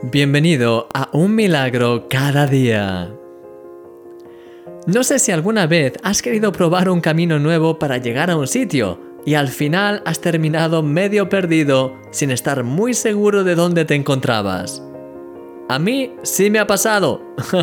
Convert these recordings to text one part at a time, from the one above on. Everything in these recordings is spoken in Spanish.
Bienvenido a Un Milagro cada día. No sé si alguna vez has querido probar un camino nuevo para llegar a un sitio y al final has terminado medio perdido sin estar muy seguro de dónde te encontrabas. A mí sí me ha pasado.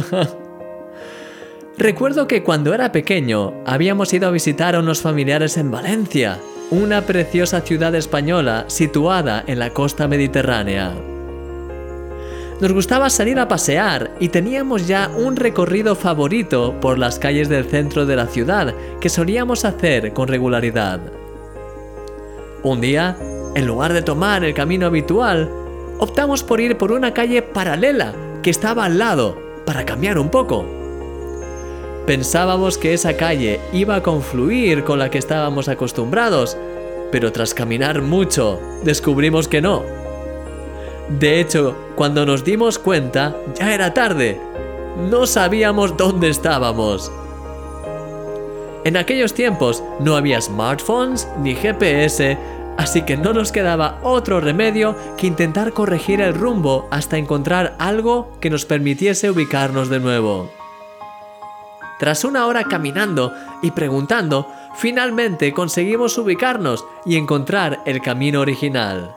Recuerdo que cuando era pequeño habíamos ido a visitar a unos familiares en Valencia, una preciosa ciudad española situada en la costa mediterránea. Nos gustaba salir a pasear y teníamos ya un recorrido favorito por las calles del centro de la ciudad que solíamos hacer con regularidad. Un día, en lugar de tomar el camino habitual, optamos por ir por una calle paralela que estaba al lado para cambiar un poco. Pensábamos que esa calle iba a confluir con la que estábamos acostumbrados, pero tras caminar mucho, descubrimos que no. De hecho, cuando nos dimos cuenta, ya era tarde. No sabíamos dónde estábamos. En aquellos tiempos no había smartphones ni GPS, así que no nos quedaba otro remedio que intentar corregir el rumbo hasta encontrar algo que nos permitiese ubicarnos de nuevo. Tras una hora caminando y preguntando, finalmente conseguimos ubicarnos y encontrar el camino original.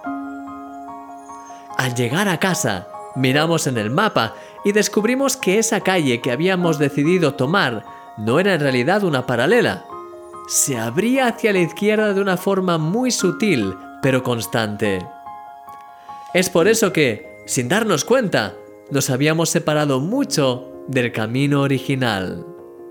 Al llegar a casa, miramos en el mapa y descubrimos que esa calle que habíamos decidido tomar no era en realidad una paralela. Se abría hacia la izquierda de una forma muy sutil, pero constante. Es por eso que, sin darnos cuenta, nos habíamos separado mucho del camino original.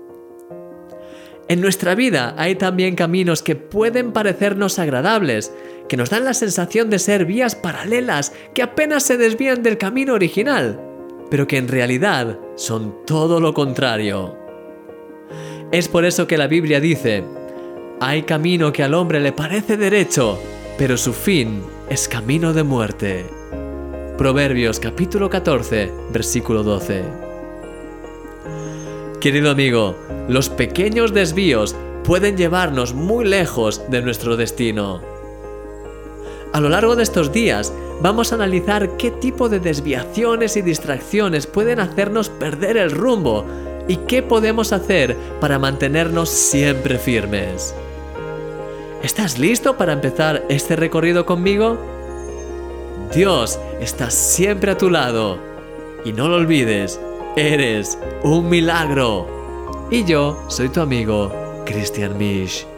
En nuestra vida hay también caminos que pueden parecernos agradables, que nos dan la sensación de ser vías paralelas que apenas se desvían del camino original, pero que en realidad son todo lo contrario. Es por eso que la Biblia dice: hay camino que al hombre le parece derecho, pero su fin es camino de muerte. Proverbios capítulo 14, versículo 12. Querido amigo, los pequeños desvíos pueden llevarnos muy lejos de nuestro destino. A lo largo de estos días vamos a analizar qué tipo de desviaciones y distracciones pueden hacernos perder el rumbo y qué podemos hacer para mantenernos siempre firmes. ¿Estás listo para empezar este recorrido conmigo? Dios está siempre a tu lado y no lo olvides, eres un milagro. Y yo soy tu amigo Christian Misch.